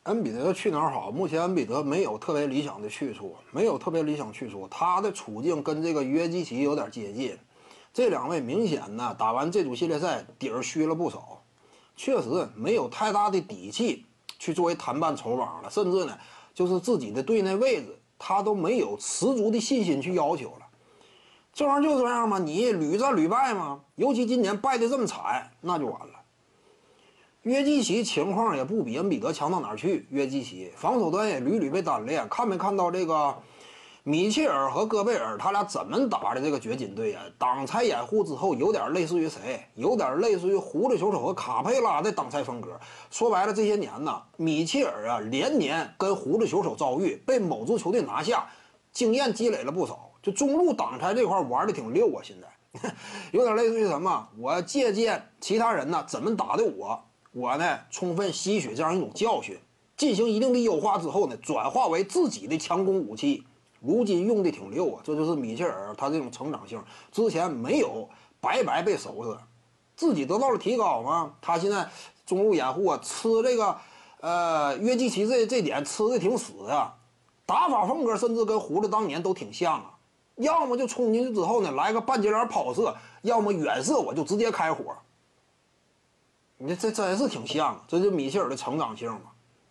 恩比德去哪儿好？目前恩比德没有特别理想的去处，没有特别理想去处。他的处境跟这个约基奇有点接近。这两位明显呢，打完这组系列赛底儿虚了不少，确实没有太大的底气去作为谈判筹码了，甚至呢，就是自己的队内位置，他都没有十足的信心去要求了。这玩意儿就这样嘛，你屡战屡败嘛，尤其今年败得这么惨，那就完了。约基奇情况也不比恩比德强到哪儿去，约基奇防守端也屡屡被单练，看没看到这个米切尔和戈贝尔他俩怎么打的这个掘金队啊？挡拆掩护之后，有点类似于谁？有点类似于狐狸球手和卡佩拉的挡拆风格。说白了，这些年呢，米切尔啊连年跟狐狸球手遭遇，被某支球队拿下，经验积累了不少。就中路挡拆这块玩的挺溜啊，现在有点类似于什么？我借鉴其他人呢怎么打的我呢充分吸取这样一种教训，进行一定的优化之后呢，转化为自己的强攻武器。如今用的挺溜啊，这就是米切尔他这种成长性，之前没有白白被收拾，自己得到了提高嘛。他现在中路掩护啊，吃这个约基奇这点吃的挺死啊，打法风格甚至跟胡子当年都挺像啊。要么就冲进去之后呢，来个半截脸抛射，要么远射我就直接开火。你这真是挺像啊，这就是米切尔的成长性嘛。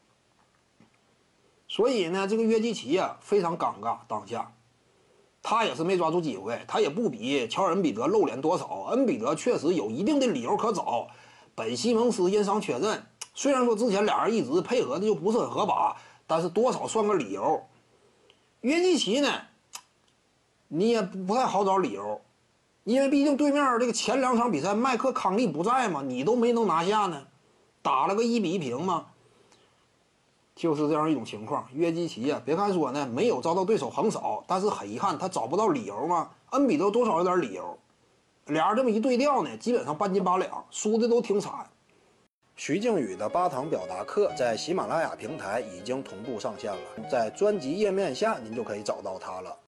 所以呢，这个约基奇啊非常尴尬，当下他也是没抓住机会，他也不比乔尔恩比德露脸多少。恩比德确实有一定的理由可找，本西蒙斯因伤缺阵，虽然说之前俩人一直配合的就不是很合把，但是多少算个理由。约基奇呢，你也不太好找理由，因为毕竟对面这个前两场比赛麦克康利不在嘛，你都没能拿下呢，打了个1-1平嘛。就是这样一种情况，约基奇啊，别看说呢没有遭到对手横扫，但是很遗憾他找不到理由嘛。恩比德多少有点理由，俩人这么一对调呢，基本上半斤八两，输的都挺惨。徐静宇的8堂表达课在喜马拉雅平台已经同步上线了，在专辑页面下您就可以找到它了。